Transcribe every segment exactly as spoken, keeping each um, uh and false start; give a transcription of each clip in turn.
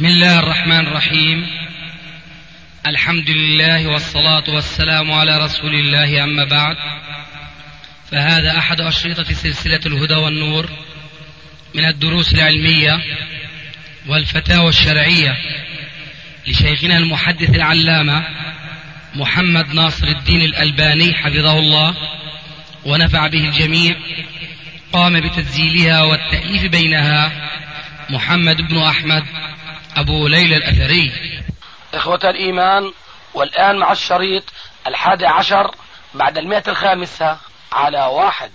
بسم الله الرحمن الرحيم. الحمد لله والصلاة والسلام على رسول الله، أما بعد، فهذا أحد أشرطة سلسلة الهدى والنور من الدروس العلمية والفتاوى الشرعية لشيخنا المحدث العلامة محمد ناصر الدين الألباني حفظه الله ونفع به الجميع. قام بتسجيلها والتأليف بينها محمد بن أحمد أبو ليلى الأثري. إخوة الإيمان، والآن مع الشريط الحادي عشر بعد المئة الخامسة على واحد.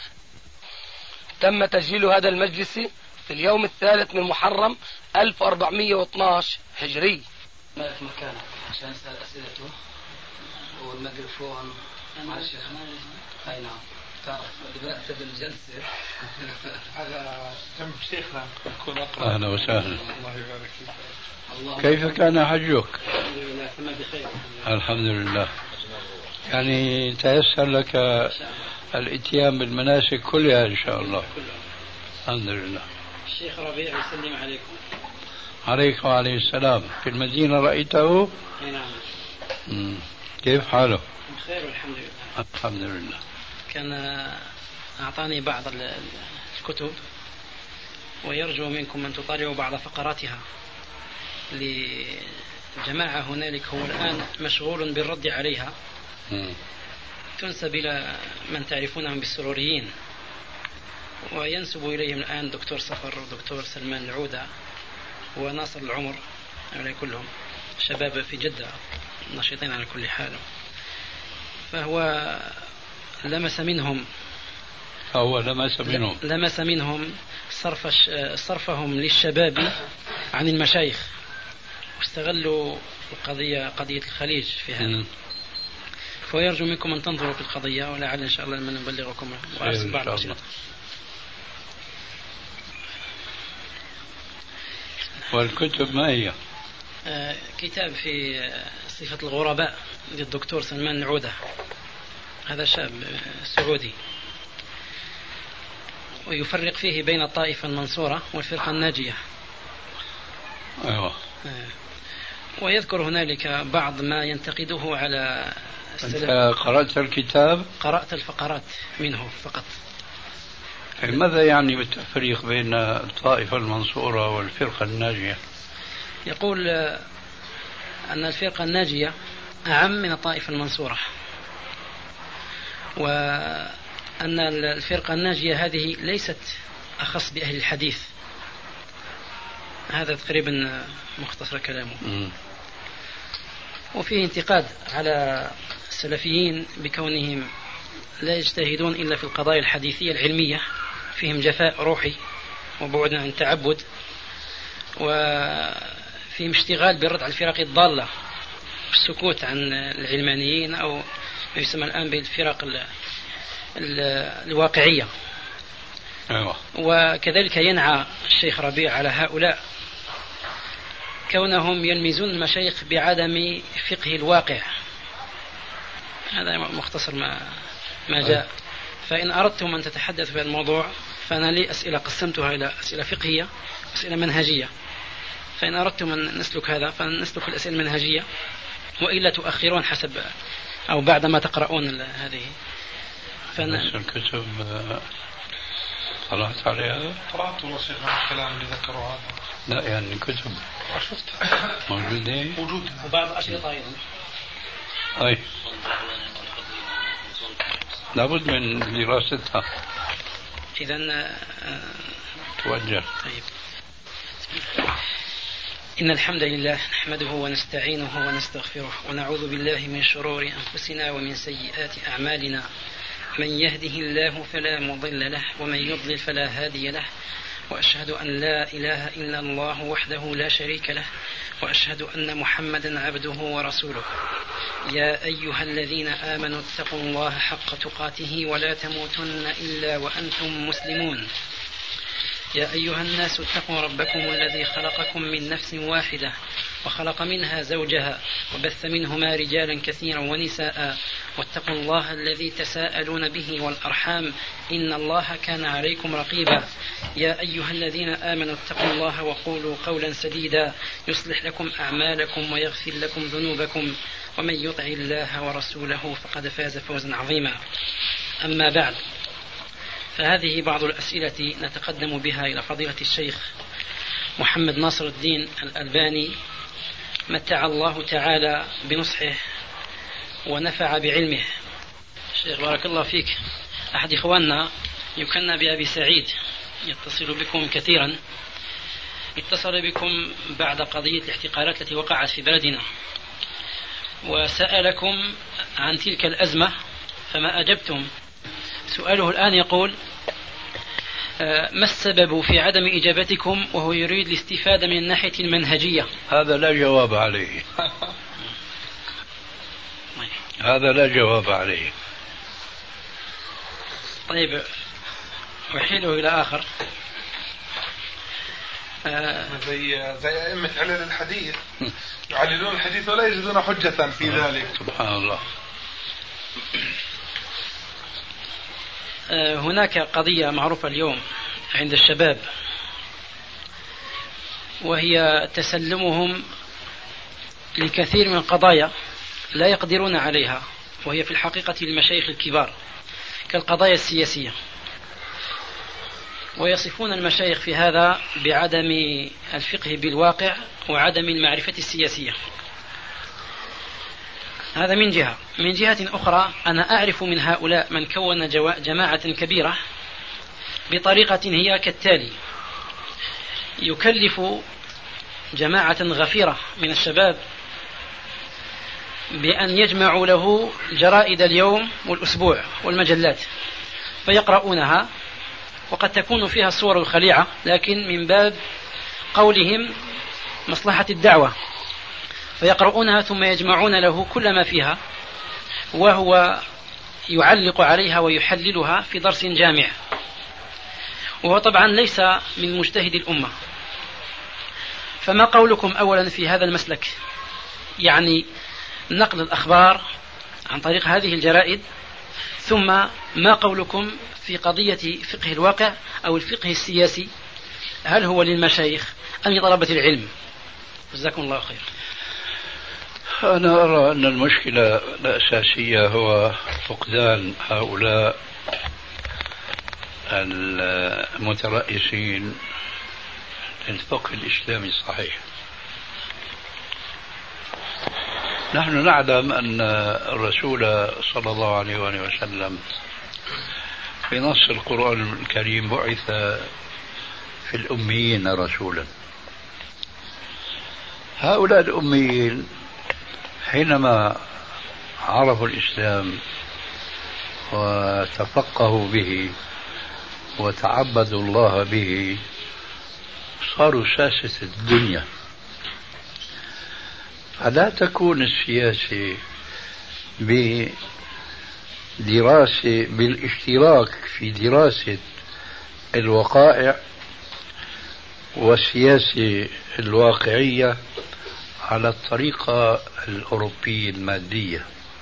تم تسجيل هذا المجلس في اليوم الثالث من محرم ألف وأربعمئة واثني عشر هجري. ما في مكانك عشان نسأل أسئلته والميكروفون مع الشيخ. أي نعم، تعرف اللي بدأت بالجلسة هذا جنب شيخنا يكون أقرأ. أهلا وسهلا. الله يبارك فيك. كيف كان حجك؟ الحمد لله كنا بخير. الحمد لله. يعني تيسر لك الاتيان بالمناسك كلها إن شاء الله. الحمد لله. الشيخ ربيع يسلم عليكم. عليكم وعليه السلام. في المدينة رأيته؟ أي نعم. مم. كيف حاله؟ بخير والحمد لله. الحمد لله. كان أعطاني بعض الكتب ويرجو منكم أن تطالعوا بعض فقراتها لجماعة هنالك هو الآن مشغول بالرد عليها. مم. تنسب إلى من تعرفونهم بالسروريين، وينسب إليهم الآن دكتور صفر ودكتور سلمان العودة وناصر العمر، هؤلاء كلهم شباب في جدة نشيطين على كل حال. فهو لمس منهم هو لمس منهم لمس منهم صرف صرفهم للشباب عن المشايخ، واستغلوا القضية قضية الخليج في هذا. م. فيرجو منكم أن تنظروا في القضية، ولعل إن شاء الله لما نبلغكم وأرسل بعض الأشياء. والكتب ما هي؟ آه كتاب في صفة الغرباء للدكتور سلمان العودة، هذا شاب سعودي، ويفرق فيه بين الطائفة المنصورة والفرقة الناجية. أيوة. آه. ويذكر هنالك بعض ما ينتقده على السلف. أنت قرأت الكتاب؟ قرأت الفقرات منه فقط. ماذا يعني بالتفريق بين الطائفة المنصورة والفرقة الناجية؟ يقول أن الفرقة الناجية أعم من الطائفة المنصورة، وأن الفرقة الناجية هذه ليست أخص بأهل الحديث. هذا تقريبا مختصر كلامه. م. وفيه انتقاد على السلفيين بكونهم لا يجتهدون إلا في القضايا الحديثية العلمية، فيهم جفاء روحي وبعد عن التعبد، وفيهم اشتغال بالرد على الفرق الضالة والسكوت عن العلمانيين أو ما يسمى الآن بالفرق ال ال الواقعية. أيوة. وكذلك ينعى الشيخ ربيع على هؤلاء كونهم يلمزون المشايخ بعدم فقه الواقع. هذا مختصر ما ما جاء. فإن أردتم أن تتحدثوا في الموضوع فأنا لي أسئلة قسمتها إلى أسئلة فقهية وأسئلة منهجية، فإن أردتم أن نسلك هذا فنسلك الأسئلة المنهجية، وإلا تؤخرون حسب أو بعدما تقرؤون هذه. فن... الكتب طلعت عليها؟ قرأت وصيغة الكلام اللي ذكروا هذا. لا يعني كتب شفتها موجودة موجودة وبعض أشرطة أيضا. أي لابد من دراستها. إذن توجه. طيب. إن الحمد لله نحمده ونستعينه ونستغفره ونعوذ بالله من شرور أنفسنا ومن سيئات أعمالنا. من يهده الله فلا مضل له ومن يضلل فلا هادي له، وأشهد أن لا إله إلا الله وحده لا شريك له، وأشهد أن محمدا عبده ورسوله. يا أيها الذين آمنوا اتقوا الله حق تقاته ولا تموتن إلا وأنتم مسلمون. يا أيها الناس اتقوا ربكم الذي خلقكم من نفس واحدة وخلق منها زوجها وبث منهما رجالا كثيرا ونساء واتقوا الله الذي تساءلون به والأرحام إن الله كان عليكم رقيبا يا أيها الذين آمنوا اتقوا الله وقولوا قولا سديدا يصلح لكم أعمالكم ويغفر لكم ذنوبكم ومن يطع الله ورسوله فقد فاز فوزا عظيما. أما بعد، فهذه بعض الأسئلة نتقدم بها إلى فضيلة الشيخ محمد ناصر الدين الألباني متع الله تعالى بنصحه ونفع بعلمه. الشيخ بارك الله فيك، أحد إخواننا يكنى بأبي سعيد يتصل بكم كثيرا، اتصل بكم بعد قضية الاحتقالات التي وقعت في بلدنا وسألكم عن تلك الأزمة فما أجبتم. سؤاله الآن يقول: ما السبب في عدم إجابتكم وهو يريد الاستفادة من الناحية المنهجية؟ هذا لا جواب عليه. هذا لا جواب عليه. طيب، أحيله إلى آخر. زي زي أئمة علل الحديث يعللون الحديث ولا يجدون حجة في ذلك. سبحان الله. هناك قضية معروفة اليوم عند الشباب، وهي تسلمهم لكثير من القضايا لا يقدرون عليها، وهي في الحقيقة المشايخ الكبار كالقضايا السياسية، ويصفون المشايخ في هذا بعدم الفقه بالواقع وعدم المعرفة السياسية. هذا من جهة. من جهة أخرى، أنا أعرف من هؤلاء من كون جماعة كبيرة بطريقة هي كالتالي: يكلف جماعة غفيرة من الشباب بأن يجمعوا له جرائد اليوم والأسبوع والمجلات فيقرؤونها، وقد تكون فيها الصور الخليعة، لكن من باب قولهم مصلحة الدعوة، فيقرؤونها ثم يجمعون له كل ما فيها، وهو يعلق عليها ويحللها في درس جامع، وهو طبعا ليس من مجتهد الأمة. فما قولكم أولا في هذا المسلك، يعني نقل الأخبار عن طريق هذه الجرائد؟ ثم ما قولكم في قضية فقه الواقع أو الفقه السياسي؟ هل هو للمشايخ أم لطلبة العلم؟ جزاكم الله خير. أنا أرى أن المشكلة الأساسية هو فقدان هؤلاء المترأسين للفقه الإسلامي الصحيح. نحن نعلم أن الرسول صلى الله عليه وآله وسلم في نص القرآن الكريم بعث في الأميين رسولا. هؤلاء الأميين حينما عرفوا الإسلام وتفقهوا به وتعبدوا الله به صاروا ساسة الدنيا. فلا تكون السياسة بدراسة بالاشتراك في دراسة الوقائع والسياسة الواقعية على الطريقة الأوروبية المادية،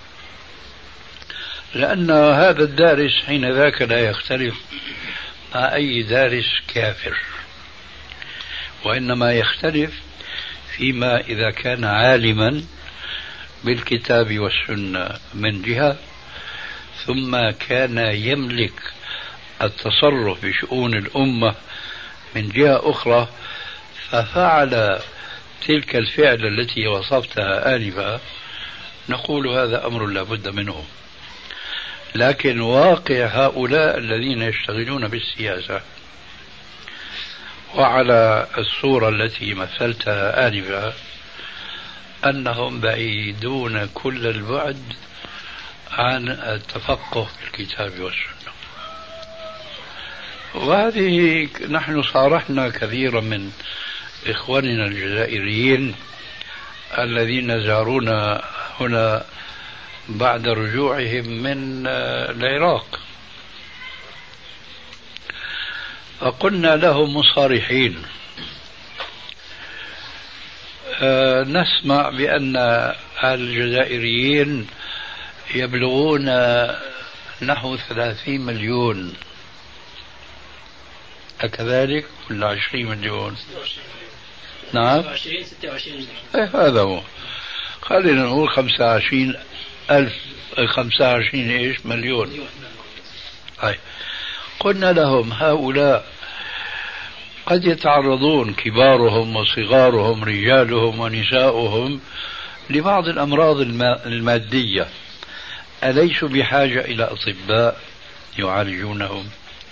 لأن هذا الدارس حين ذاك لا يختلف مع أي دارس كافر، وإنما يختلف فيما إذا كان عالما بالكتاب والسنة من جهة، ثم كان يملك التصرف بشؤون الأمة من جهة أخرى، ففعل تلك الفعل التي وصفتها آنفا، نقول هذا أمر لا بد منه. لكن واقع هؤلاء الذين يشتغلون بالسياسة وعلى الصورة التي مثلتها آنفا أنهم بعيدون كل البعد عن التفقه في الكتاب والسنة. وهذه نحن صارحنا كثيرا من إخواننا الجزائريين الذين زارونا هنا بعد رجوعهم من العراق، فقلنا لهم مصارحين: آه نسمع بأن الجزائريين يبلغون نحو ثلاثين مليون، أكذلك ولا عشرين مليون؟ نعم عشرين ستة وعشرين إيه هذا هو، خلينا نقول خمسة وعشرين ألف، خمسة وعشرين إيش مليون. هاي قلنا لهم هؤلاء قد يتعرضون كبارهم وصغارهم رجالهم ونساؤهم لبعض الأمراض المادية، أليسوا بحاجة إلى أطباء يعالجونهم؟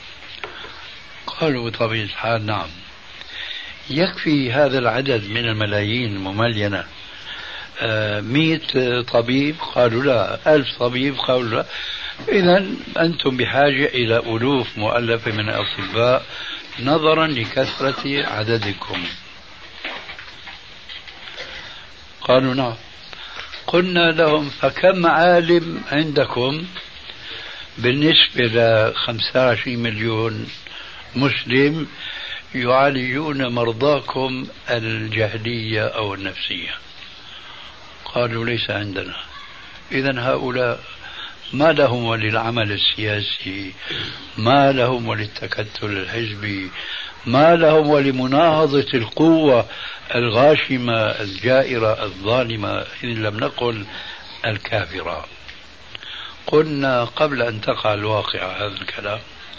قالوا بطبيعة الحال نعم. يكفي هذا العدد من الملايين المملينة آه مئة طبيب؟ قالوا لا. ألف طبيب؟ قالوا لا. إذن أنتم بحاجة إلى ألوف مؤلفة من الأطباء نظرا لكثرة عددكم. قالوا نعم. قلنا لهم فكم عالم عندكم بالنسبة ل خمسة وعشرين مليون مسلم يعالجون مرضاكم الجهلية أو النفسية؟ قالوا ليس عندنا. إذن هؤلاء ما لهم وللعمل السياسي، ما لهم وللتكتل الحزبي، ما لهم ولمناهضة القوة الغاشمة الجائرة الظالمة، إن لم نقل الكافرة. قلنا قبل أن تقع الواقعة هذا الكلام،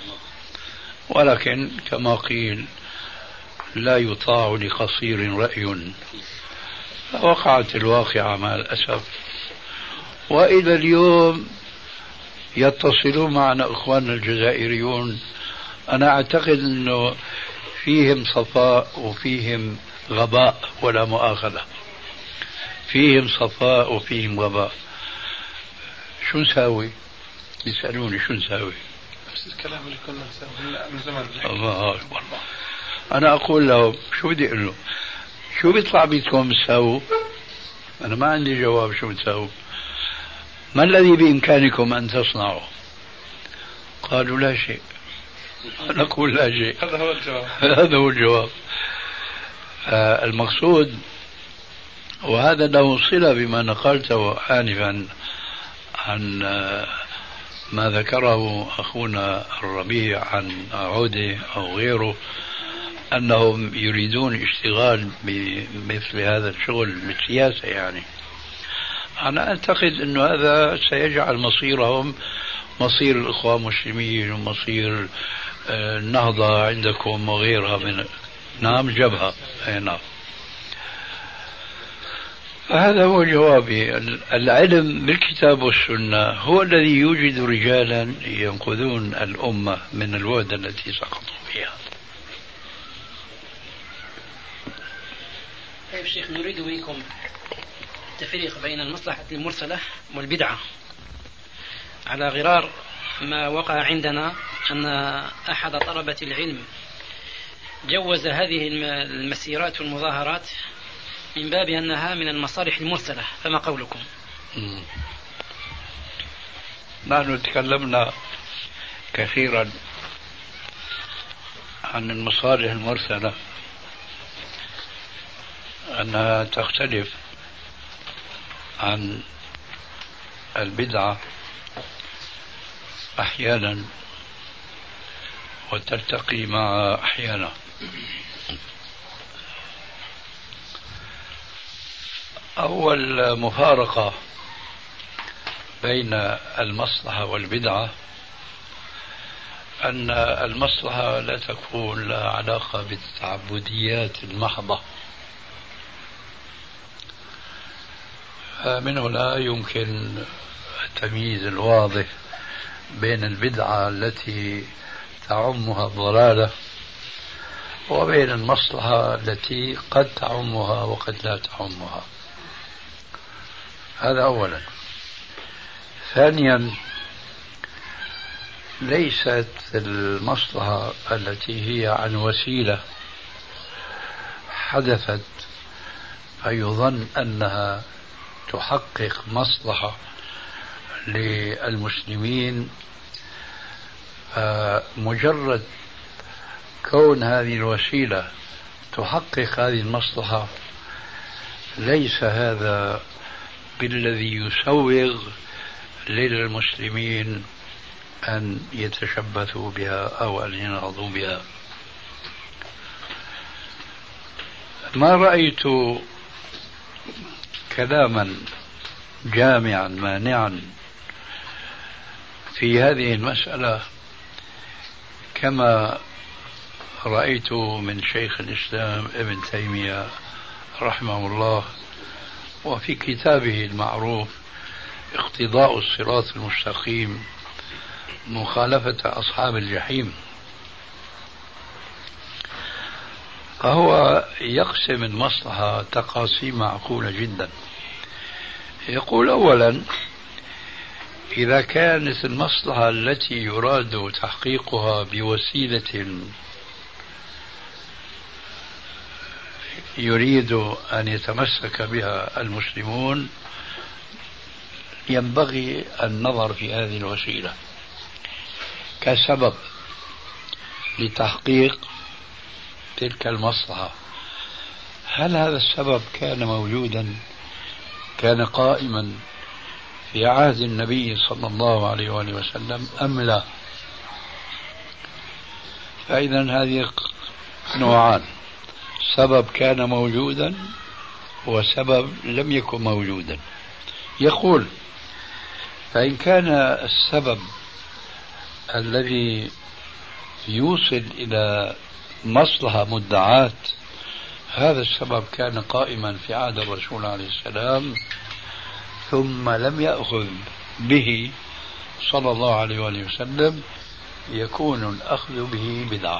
ولكن كما قيل لا يطاع لقصير رأي، وقعت الواقعة مع الأسف. وإلى اليوم يتصلون معنا إخواننا الجزائريون، أنا أعتقد أنه فيهم صفاء وفيهم غباء، ولا مؤاخذة، فيهم صفاء وفيهم غباء. شو نساوي؟ يسألوني شو نساوي؟ نفس الكلام اللي كنا نساويه من زمان. الله أكبر. أنا أقول لهم شو بدي أقول له؟ شو بيطلع بيتكم تساووا؟ أنا ما عندي جواب شو بتساووا. ما الذي بإمكانكم أن تصنعوا؟ قالوا لا شيء. أنا أقول لا شيء. هذا هو الجواب. هذا هو الجواب. آه المقصود، وهذا له صلة بما نقلته آنفا عن آه ما ذكره أخونا الربيع عن عودة أو غيره، أنهم يريدون اشتغال بمثل هذا الشغل بالسياسة. يعني أنا أعتقد أن هذا سيجعل مصيرهم مصير الإخوان المسلمين ومصير النهضة عندكم وغيرها من نعم جبهة. نعم. هذا هو جوابي. العلم بالكتاب والسنة هو الذي يوجد رجالا ينقذون الأمة من الوهدة التي سقطوا فيها. طيب شيخ، نريد منكم التفريق بين المصلحة المرسلة والبدعة، على غرار ما وقع عندنا أن أحد طلبة العلم جوز هذه المسيرات والمظاهرات من باب أنها من المصالح المرسلة، فما قولكم؟ نحن تكلمنا كثيرا عن المصالح المرسلة، أنها تختلف عن البدعة أحيانا وترتقي مع أحيانا. أول مفارقة بين المصلحة والبدعة أن المصلحة لا تكون لها علاقة بالتعبديات المحضة، من هنا يمكن التمييز الواضح بين البدعة التي تعمها الضلالة وبين المصلحة التي قد تعمها وقد لا تعمها. هذا أولا. ثانيا، ليست المصلحة التي هي عن وسيلة حدثت فيظن أنها تحقق مصلحة للمسلمين، مجرد كون هذه الوسيلة تحقق هذه المصلحة ليس هذا بالذي يسوغ للمسلمين أن يتشبثوا بها أو أن ينهضوا بها. ما رأيت كلاما جامعا مانعا في هذه المسألة كما رأيت من شيخ الإسلام ابن تيمية رحمه الله، وفي كتابه المعروف اقتضاء الصراط المستقيم مخالفة أصحاب الجحيم. فهو يقسم المصلحة تقاسيم معقولة جدا. يقول أولا: إذا كانت المصلحة التي يراد تحقيقها بوسيلة يريد أن يتمسك بها المسلمون، ينبغي النظر في هذه الوسيلة كسبب لتحقيق تلك المصلحة. هل هذا السبب كان موجودا، كان قائما في عهد النبي صلى الله عليه وآله وسلم أم لا؟ فإذا هذه نوعان: سبب كان موجودا وسبب لم يكن موجودا. يقول: فإن كان السبب الذي يوصل إلى مصلحة مدعاة هذا السبب كان قائما في عهد الرسول عليه السلام ثم لم يأخذ به صلى الله عليه وآله وسلم، يكون الأخذ به بدعة.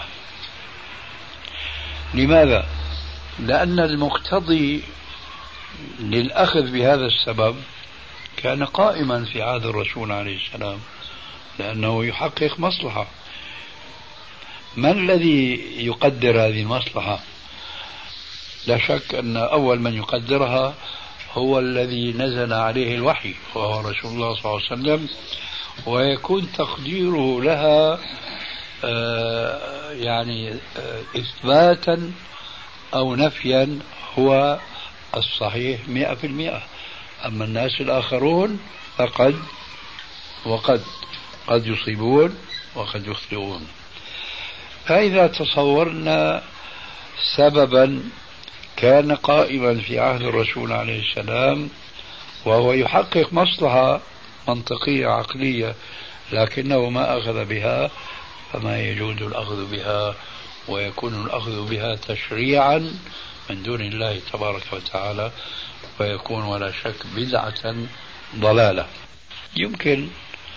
لماذا؟ لأن المقتضي للأخذ بهذا السبب كان قائما في عهد الرسول عليه السلام، لأنه يحقق مصلحة. من الذي يقدر هذه المصلحة؟ لا شك أن أول من يقدرها هو الذي نزل عليه الوحي وهو رسول الله صلى الله عليه وسلم، ويكون تقديره لها آه يعني آه إثباتا أو نفيا هو الصحيح مئة في المئة. أما الناس الآخرون فقد وقد قد يصيبون وقد يخطئون. فإذا تصورنا سببا كان قائما في عهد الرسول عليه السلام وهو يحقق مصلحة منطقية عقلية لكنه ما أخذ بها، فما يجوز الأخذ بها، ويكون الأخذ بها تشريعا من دون الله تبارك وتعالى، ويكون ولا شك بدعة ضلالة. يمكن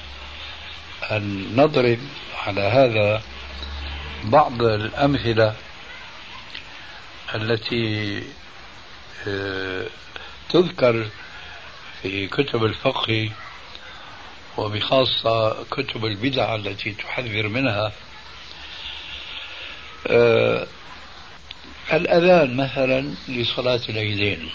أن نضرب على هذا بعض الأمثلة التي تذكر في كتب الفقه وبخاصة كتب البدع التي تحذر منها. الأذان مثلا لصلاة العيدين،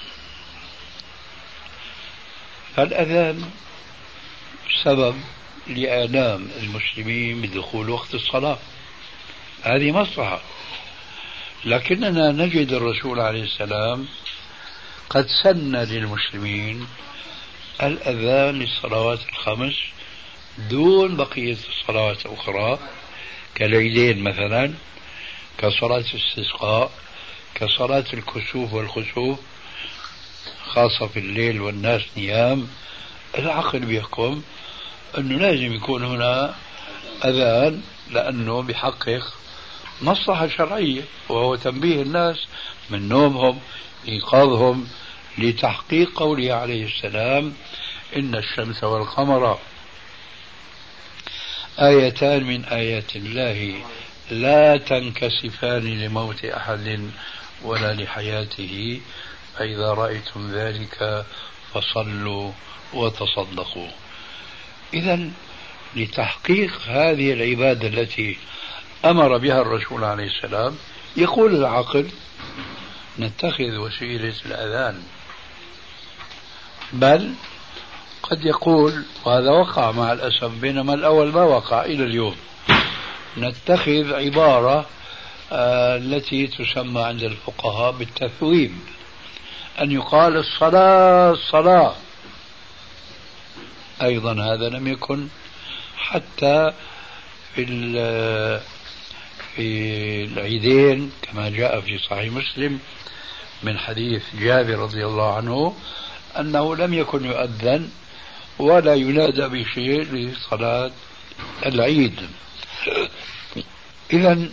فالأذان سبب لإعلام المسلمين بدخول وقت الصلاة، هذه مصلحة. لكننا نجد الرسول عليه السلام قد سن للمسلمين الأذان للصلوات الخمس دون بقية الصلوات الأخرى، كالعيدين مثلا، كصلاة الاستسقاء، كصلاة الكسوف والخسوف، خاصة في الليل والناس نيام. العقل بيحكم أنه لازم يكون هنا أذان لأنه بيحقق مصلحة شرعية، وهو تنبيه الناس من نومهم، إيقاظهم لتحقيق قوله عليه السلام: إن الشمس والقمر آيتان من آيات الله لا تنكسفان لموت أحد ولا لحياته فإذا رأيتم ذلك فصلوا وتصدقوا. إذن لتحقيق هذه العبادة التي أمر بها الرسول عليه السلام، يقول العقل: نتخذ وسيلة الأذان. بل قد يقول، وهذا وقع مع الأسف بينما الأول ما وقع إلى اليوم، نتخذ عبارة آه التي تسمى عند الفقهاء بالتثويب، أن يقال الصلاة الصلاة، أيضا هذا لم يكن حتى في في العيدين كما جاء في صحيح مسلم من حديث جابر رضي الله عنه أنه لم يكن يؤذن ولا ينادى بشيء لصلاة العيد. إذن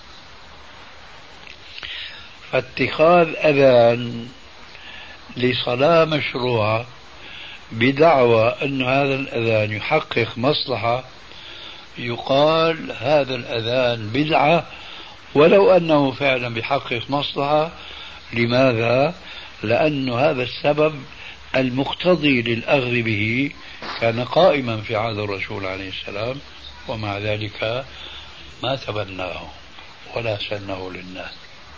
فاتخاذ أذان لصلاة مشروعة بدعوى أن هذا الأذان يحقق مصلحة، يقال هذا الأذان بدعة ولو أنه فعلا بيحقق مصلحة. لماذا؟ لأن هذا السبب المقتضي للأخذ به كان قائما في عهد الرسول عليه السلام، ومع ذلك ما تبناه ولا سنه للناس.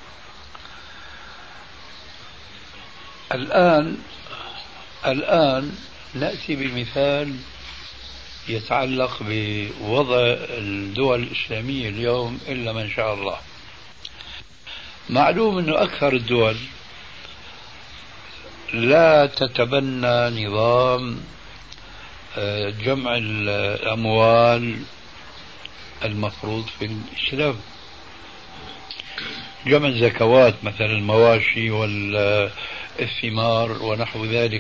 الآن الآن نأتي بمثال يتعلق بوضع الدول الإسلامية اليوم إلا من شاء الله. معلوم أنه أكثر الدول لا تتبنى نظام جمع الأموال المفروض في الإسلام، جمع الزكوات مثل المواشي والثمار ونحو ذلك.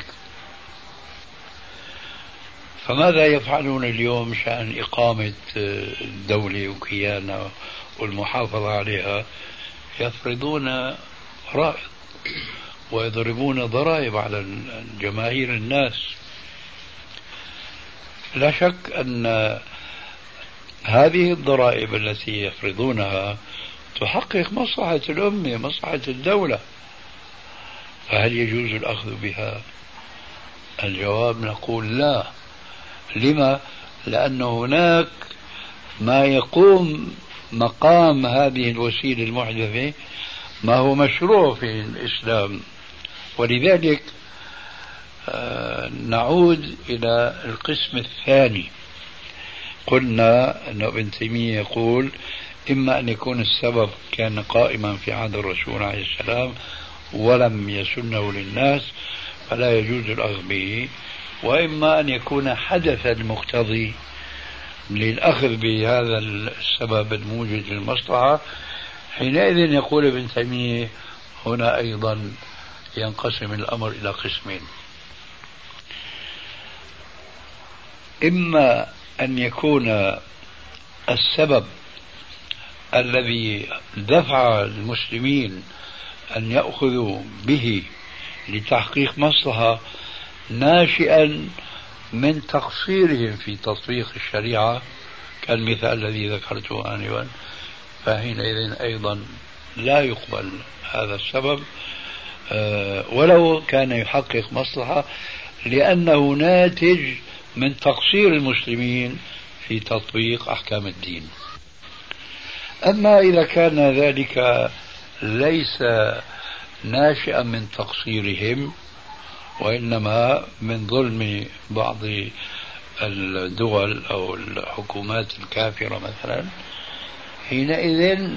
فماذا يفعلون اليوم شأن إقامة الدولة وكيانها والمحافظة عليها؟ يفرضون فرائض ويضربون ضرائب على الجماهير الناس. لا شك أن هذه الضرائب التي يفرضونها تحقق مصلحة الأمة، مصلحة الدولة، فهل يجوز الأخذ بها؟ الجواب نقول لا. لما؟ لأن هناك ما يقوم مقام هذه الوسيلة المحدثة ما هو مشروع في الإسلام. ولذلك نعود إلى القسم الثاني. قلنا أن ابن تيمية يقول إما أن يكون السبب كان قائما في عهد الرسول عليه السلام ولم يسنه للناس فلا يجوز الأخذ به، وإما أن يكون حدث المقتضي للأخذ بهذا السبب الموجد للمصلحة. حينئذ يقول ابن تيمية هنا أيضا ينقسم الأمر إلى قسمين: إما أن يكون السبب الذي دفع المسلمين أن يأخذوا به لتحقيق مصلحة ناشئا من تقصيرهم في تطبيق الشريعة كالمثال الذي ذكرته آنفا، فحينئذ أيضا لا يقبل هذا السبب ولو كان يحقق مصلحة، لأنه ناتج من تقصير المسلمين في تطبيق أحكام الدين. أما إذا كان ذلك ليس ناشئا من تقصيرهم وإنما من ظلم بعض الدول أو الحكومات الكافرة مثلا، حينئذ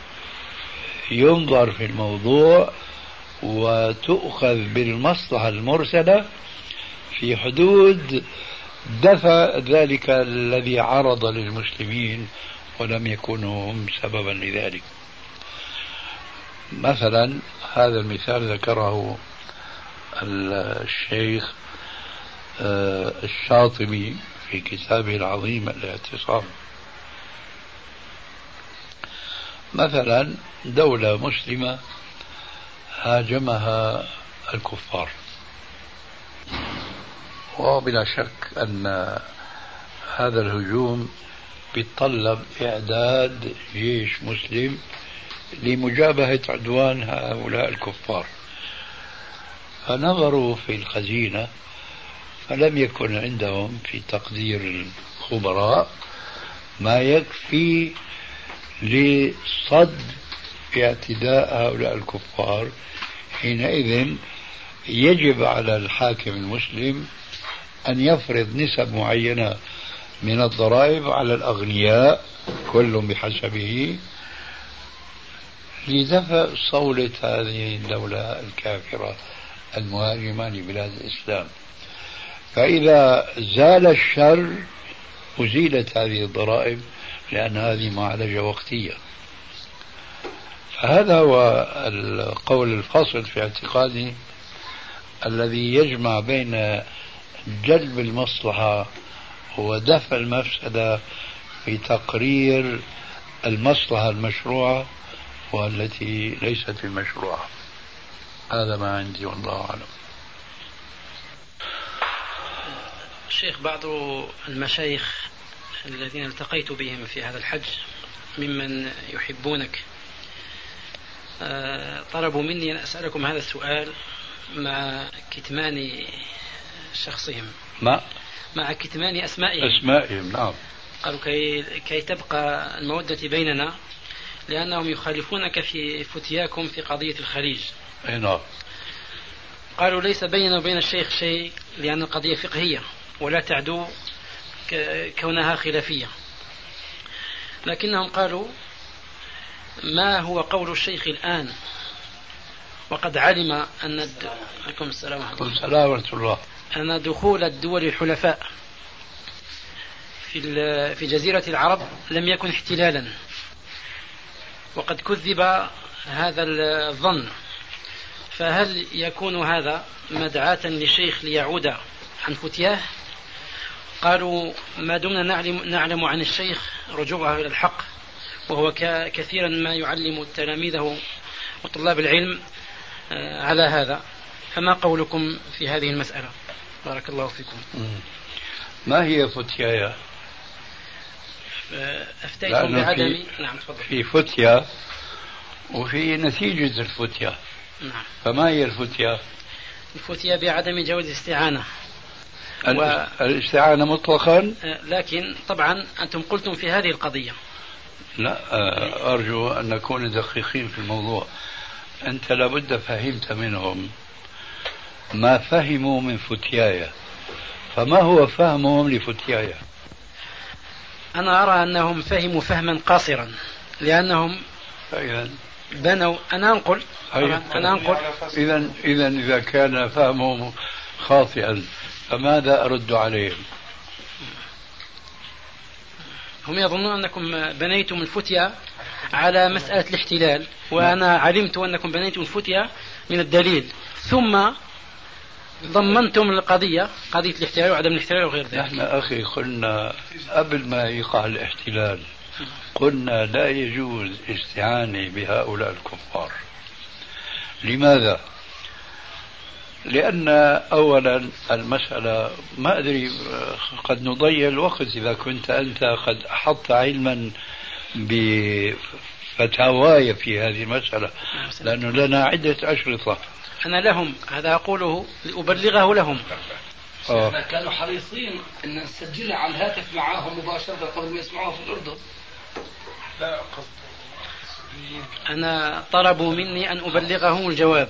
ينظر في الموضوع وتؤخذ بالمصلحة المرسلة في حدود دفع ذلك الذي عرض للمسلمين ولم يكونوا هم سببا لذلك. مثلا هذا المثال ذكره الشيخ الشاطبي في كتابه العظيم الاعتصام. مثلا دولة مسلمة هاجمها الكفار، وبلا شك أن هذا الهجوم يتطلب إعداد جيش مسلم لمجابهة عدوان هؤلاء الكفار. فنظروا في الخزينة فلم يكن عندهم في تقدير الخبراء ما يكفي لصد اعتداء هؤلاء الكفار. حينئذ يجب على الحاكم المسلم أن يفرض نسب معينة من الضرائب على الأغنياء كل بحسبه لدفع صولة هذه الدولة الكافرة المهاجمة لبلاد الإسلام. فإذا زال الشر أزيلت هذه الضرائب، لأن هذه معالجة وقتية. فهذا هو القول الفاصل في اعتقادي الذي يجمع بين جلب المصلحة ودفع المفسدة في تقرير المصلحة المشروعة والتي ليست المشروعة. هذا ما عندي والله أعلم. شيخ، بعض المشايخ الذين التقيت بهم في هذا الحج ممن يحبونك طلبوا مني أن أسألكم هذا السؤال مع كتمان شخصهم، مع مع كتمان أسمائهم أسمائهم نعم. قالوا كي, كي تبقى المودة بيننا، لأنهم يخالفونك في فتياكم في قضية الخليج. أي نعم. قالوا ليس بيننا وبين الشيخ شيء، لأن القضية فقهية ولا تعدو كونها خلافية، لكنهم قالوا ما هو قول الشيخ الآن وقد علم أن الد... عليكم السلام ورحمة الله أن دخول الدول الحلفاء في في جزيرة العرب لم يكن احتلالا، وقد كذب هذا الظن، فهل يكون هذا مدعاة لشيخ ليعود عن فتياه؟ قالوا ما دمنا نعلم, نعلم عن الشيخ رجوعه إلى الحق، وهو كثيرا ما يعلم تلاميذه وطلاب العلم على هذا، فما قولكم في هذه المسألة؟ بارك الله فيكم. ما هي فتيايا؟ أفتيتم بعدم. نعم تفضل. في فتيا وفي نتيجة الفتيا. نعم. فما هي الفتيا؟ الفتيا بعدم جواز الاستعانة. و... الاستعانة مطلقا، لكن طبعا أنتم قلتم في هذه القضية. لا أرجو أن نكون دقيقين في الموضوع. أنت لابد فهمت منهم ما فهموا من فتيايا، فما هو فهمهم لفتيايا؟ أنا أرى أنهم فهموا فهما قاصرا، لأنهم أيضا بنوا. أنا أنقل أنا أنقل إذا إذا إذا كان فهمهم خاطئا فماذا أرد عليهم؟ هم يظنون أنكم بنيتم الفتيا على مسألة الاحتلال، وأنا علمت أنكم بنيتم الفتيا من الدليل، ثم ضمنتم القضية قضية الاحتلال وعدم الاحتلال وغير ذلك. نحن أخي قلنا قبل ما يقع الاحتلال، قلنا لا يجوز استعانة بهؤلاء الكفار. لماذا؟ لأن أولا المسألة ما أدري، قد نضيع الوقت إذا كنت أنت قد أحطت علما بفتاواي في هذه المسألة، لأنه لنا عدة أشرطة. أنا لهم هذا أقوله لأبلغه لهم. آه. كانوا حريصين أن نسجلها على الهاتف معاهم مباشرة قبل ما يسمعوها في الأردن. لا أنا طلبوا مني أن أبلغهم الجواب.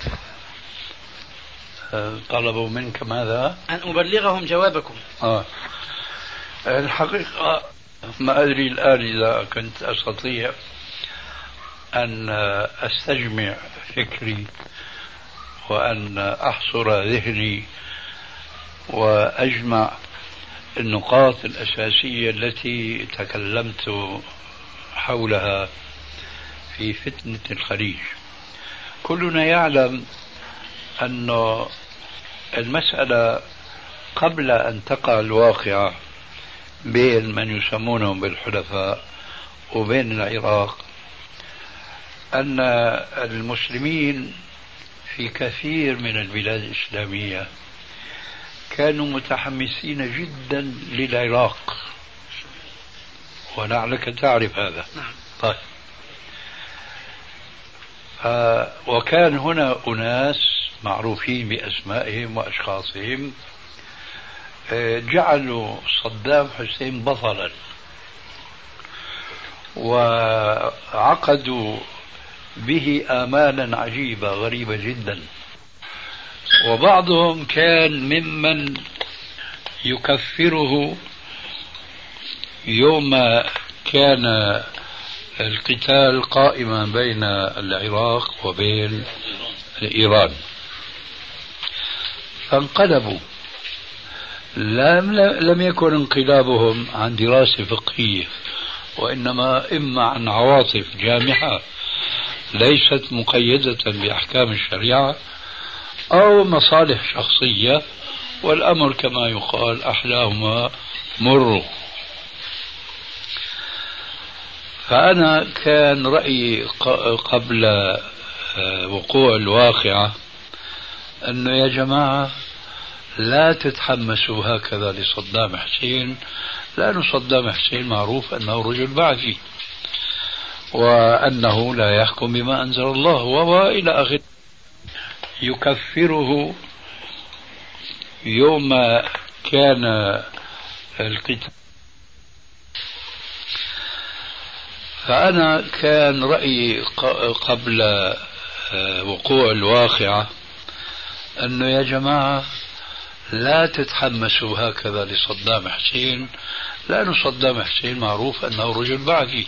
طلبوا منك ماذا؟ أن أبلغهم جوابكم. آه. الحقيقة ما أدري الآن إذا كنت أستطيع أن أستجمع فكري وأن أحصر ذهني وأجمع النقاط الأساسية التي تكلمت حولها في فتنة الخليج. كلنا يعلم أن المسألة قبل أن تقع الواقعة بين من يسمونهم بالحلفاء وبين العراق، أن المسلمين في كثير من البلاد الإسلامية كانوا متحمسين جدا للعراق، ولعلك تعرف هذا. طيب. وكان هنا أناس معروفين بأسمائهم وأشخاصهم جعلوا صدام حسين بطلا، وعقدوا به آمالا عجيبة غريبة جدا. وبعضهم كان ممن يكفره يوم كان القتال قائما بين العراق وبين إيران. فانقلبوا. لم لم يكن انقلابهم عن دراسة فقهية، وإنما إما عن عواطف جامحة ليست مقيدة بأحكام الشريعة، أو مصالح شخصية، والأمر كما يقال أحلاهما مر. فأنا كان رأيي قبل وقوع الواقعة أنه يا جماعة لا تتحمسوا هكذا لصدام حسين، لأن صدام حسين معروف أنه رجل بعثي وأنه لا يحكم بما أنزل الله وإلى آخره. يكفره يوم كان القتال. فأنا كان رأيي قبل وقوع الواقعة أنه يا جماعة لا تتحمسوا هكذا لصدام حسين، لأن صدام حسين معروف أنه رجل بعثي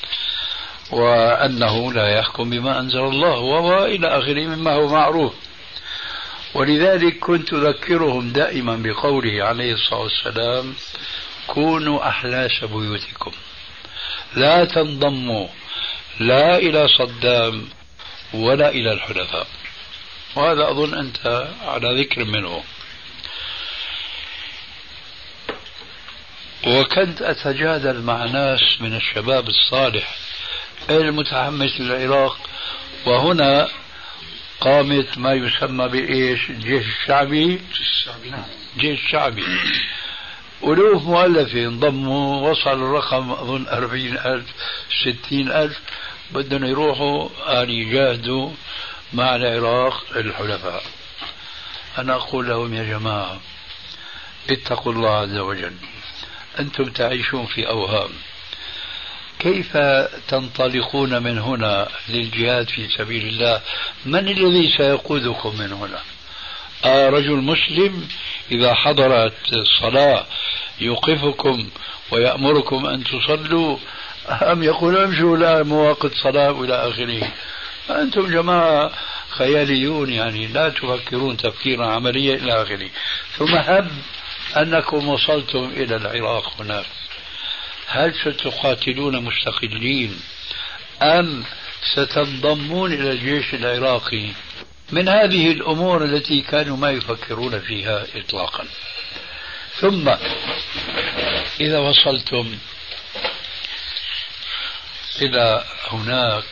وأنه لا يحكم بما أنزل الله وإلى آخره مما هو معروف. ولذلك كنت أذكرهم دائما بقوله عليه الصلاة والسلام: كونوا أحلاس بيوتكم، لا تنضموا لا إلى صدام ولا إلى الحلفاء. وهذا أظن أنت على ذكر منه. وكنت أتجادل مع ناس من الشباب الصالح المتحمس للعراق، وهنا قامت ما يسمى بإيش؟ الجيش الشعبي. الجيش الشعبي ألوف مؤلفة انضموا، وصل الرقم أظن أربعين ألف ستين ألف، بدهم يروحوا أن يجاهدوا مع العراق الحلفاء. أنا أقول لهم يا جماعة اتقوا الله عز وجل، أنتم تعيشون في أوهام. كيف تنطلقون من هنا للجهاد في سبيل الله؟ من الذي سيقودكم من هنا؟ آه رجل مسلم إذا حضرت الصلاة يوقفكم ويأمركم أن تصلوا، أم يقول امشوا لا مواقت صلاة إلى آخره؟ أنتم جماعة خياليون، يعني لا تفكرون تفكيرا عمليا إلى آخره. ثم هب أنكم وصلتم إلى العراق هناك، هل ستقاتلون مستقلين أم ستنضمون إلى الجيش العراقي؟ من هذه الأمور التي كانوا ما يفكرون فيها إطلاقا. ثم إذا وصلتم إلى هناك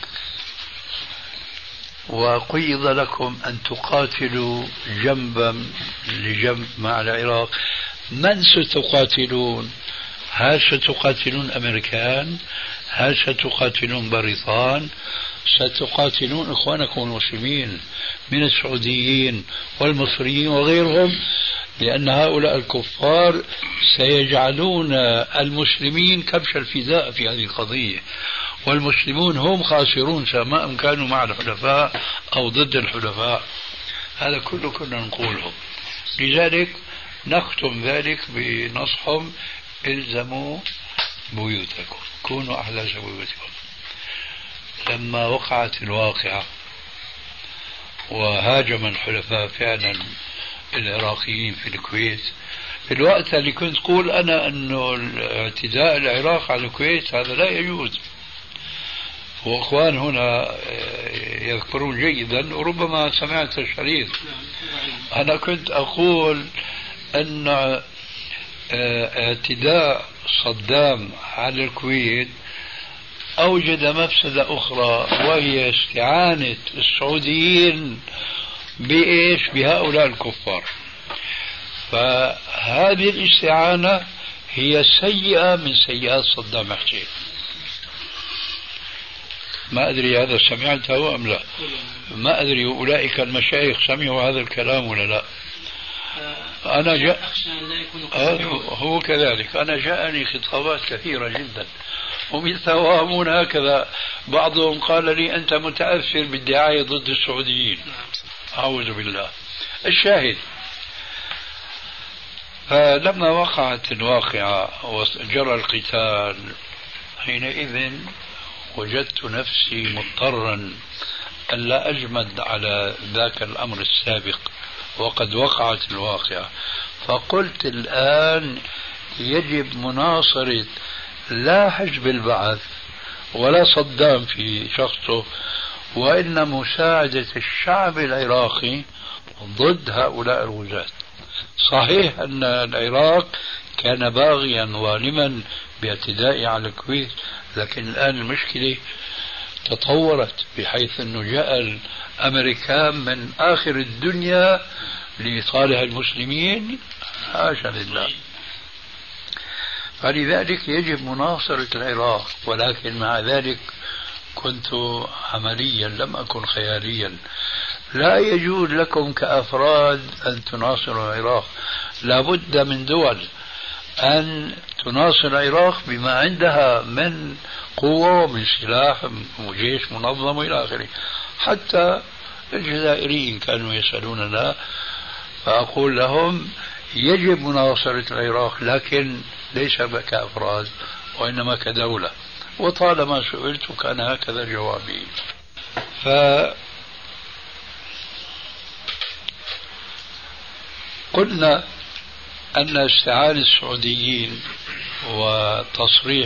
وقيض لكم أن تقاتلوا جنبا لجنب مع العراق، من ستقاتلون؟ هل ستقاتلون أمريكان؟ هل ستقاتلون بريطان؟ ستقاتلون إخوانكم المسلمين من السعوديين والمصريين وغيرهم، لأن هؤلاء الكفار سيجعلون المسلمين كبش الفداء في هذه القضية، والمسلمون هم خاسرون سواء كانوا مع الحلفاء أو ضد الحلفاء. هذا كله كنا نقوله. لذلك نختم ذلك بنصحهم: الزموا بيوتكم، كونوا أحلاس بيوتكم. لما وقعت الواقعة وهاجم الحلفاء فعلا العراقيين في الكويت، في الوقت اللي كنت أقول أنا أنه اعتداء العراق على الكويت هذا لا يجوز، وأخوان هنا يذكرون جيدا وربما سمعت الشريط، أنا كنت أقول أن اعتداء صدام على الكويت أوجد مفسدة أخرى، وهي استعانة السعوديين بإيش؟ بهؤلاء الكفار. فهذه الاستعانة هي سيئة من سيئات صدام حسين. ما أدري هذا سمعته أم لا، ما أدري أولئك المشايخ سمعوا هذا الكلام ولا لا. أنا جاء هو كذلك، أنا جاءني خطابات كثيرة جدا ومتوهمون هكذا. بعضهم قال لي أنت متأثر بالدعاية ضد السعوديين، أعوذ بالله. الشاهد، فلما وقعت الواقعة وجرى القتال، حينئذ وجدت نفسي مضطرا أن لا أجمد على ذاك الأمر السابق وقد وقعت الواقعة. فقلت الآن يجب مناصرة لا حزب البعث ولا صدام في شخصه، وإن مساعدة الشعب العراقي ضد هؤلاء الغزاة. صحيح أن العراق كان باغيا ظالما باعتداء على الكويت، لكن الآن المشكلة تطورت بحيث أنه جاء الأمريكان من آخر الدنيا لصالح المسلمين، حاشا لله. فلذلك يجب مناصرة العراق، ولكن مع ذلك كنت عمليا لم أكن خياليا. لا يجوز لكم كأفراد أن تناصروا العراق، لا بد من دول أن تناصر العراق بما عندها من قوة ومن سلاح وجيش منظم إلى آخره. حتى الجزائريين كانوا يسألوننا، فأقول لهم يجب مناصرة العراق، لكن ليس كأفراد وإنما كدولة. وطالما سئلت كان هكذا جوابي. فقلنا أن استعانة السعوديين وتصريح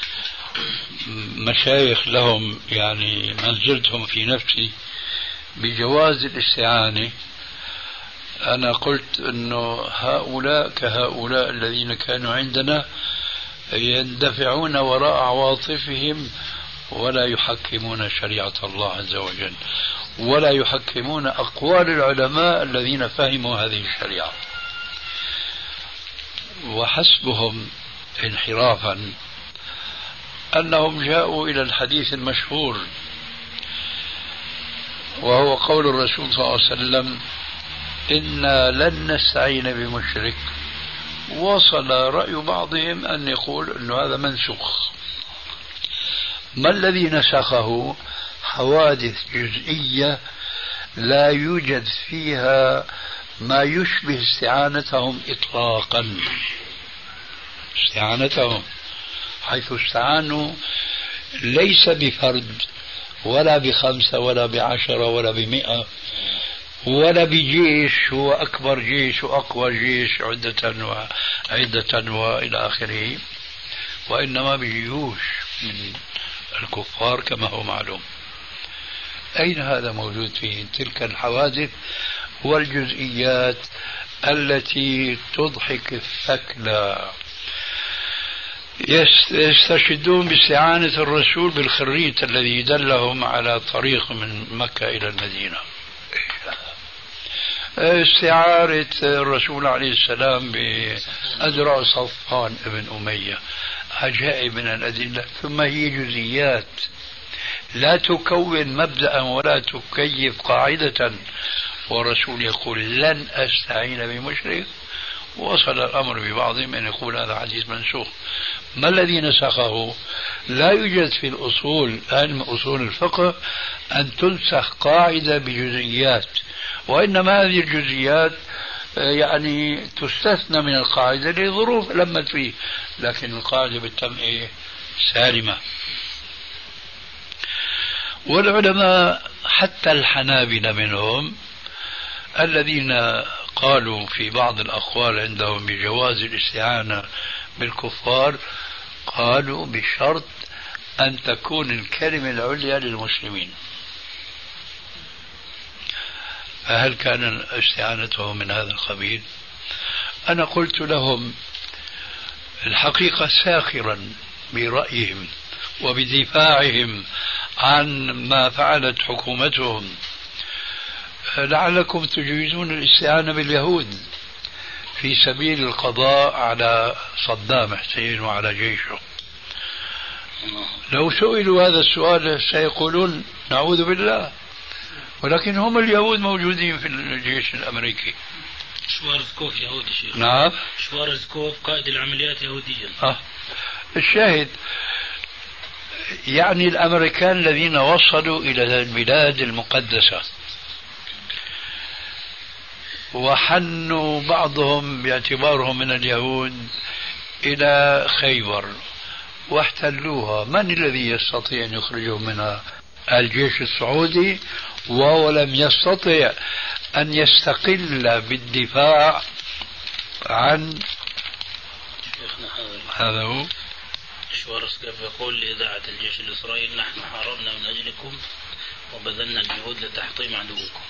مشايخ لهم، يعني منزلتهم في نفسي، بجواز الاستعانة. أنا قلت أنه هؤلاء كهؤلاء الذين كانوا عندنا يندفعون وراء عواطفهم ولا يحكمون شريعة الله عز وجل، ولا يحكمون أقوال العلماء الذين فهموا هذه الشريعة. وحسبهم انحرافا أنهم جاءوا إلى الحديث المشهور، وهو قول الرسول صلى الله عليه وسلم: إنا لن نستعين بمشرك. وصل رأي بعضهم أن يقول أن هذا منسوخ. ما الذي نسخه؟ حوادث جزئية لا يوجد فيها ما يشبه استعانتهم إطلاقا. استعانتهم حيث استعانوا ليس بفرد ولا بخمسة ولا بعشرة ولا بمئة ولا بجيش هو أكبر جيش وأقوى جيش عدة وعدة وإلى آخره، وإنما بجيوش من الكفار كما هو معلوم. أين هذا موجود في تلك الحوادث والجزئيات التي تضحك الثكلى؟ يستشهدون باستعانة الرسول بالخريت الذي دلهم على طريق من مكة إلى المدينة. استعارة الرسول عليه السلام بأذرع صفان ابن أمية، عجائب من الأدلة. ثم هي جزئيات لا تكون مبدأ ولا تكيف قاعدة، والرسول يقول لن أستعين بمشرك. وصل الأمر ببعضهم أن يقول هذا حديث منسوخ. ما الذي نسخه؟ لا يوجد في الأصول، علم أصول الفقه، أن تنسخ قاعدة بجزئيات، وإنما هذه الجزئيات يعني تستثنى من القاعدة لظروف لمت فيه، لكن القاعدة بالتم إيه؟ سالمة. والعلماء حتى الحنابلة منهم الذين قالوا في بعض الأقوال عندهم بجواز الاستعانة بالكفار، قالوا بشرط أن تكون الكلمة العليا للمسلمين. فهل كان استعانتهم من هذا القبيل؟ أنا قلت لهم الحقيقة ساخرا برأيهم وبدفاعهم عن ما فعلت حكومتهم، لعلكم تجيزون الاستعانة باليهود في سبيل القضاء على صدام حسين وعلى جيشه. لو سئلوا هذا السؤال سيقولون نعوذ بالله، ولكن هم اليهود موجودين في الجيش الأمريكي. شوارزكوف يهودي شيخ. نعم، شوارزكوف قائد العمليات يهوديا. آه. الشاهد يعني الأمريكان الذين وصلوا إلى البلاد المقدسة وحنوا بعضهم باعتبارهم من اليهود إلى خيبر واحتلوها، من الذي يستطيع أن يخرجهم منها؟ الجيش السعودي، وهو لم يستطع أن يستقل بالدفاع عن هذا هو شوارزكوف يقول لإذاعة الجيش الإسرائيلي نحن حاربنا من أجلكم وبذلنا الجهود لتحطيم عدوكم.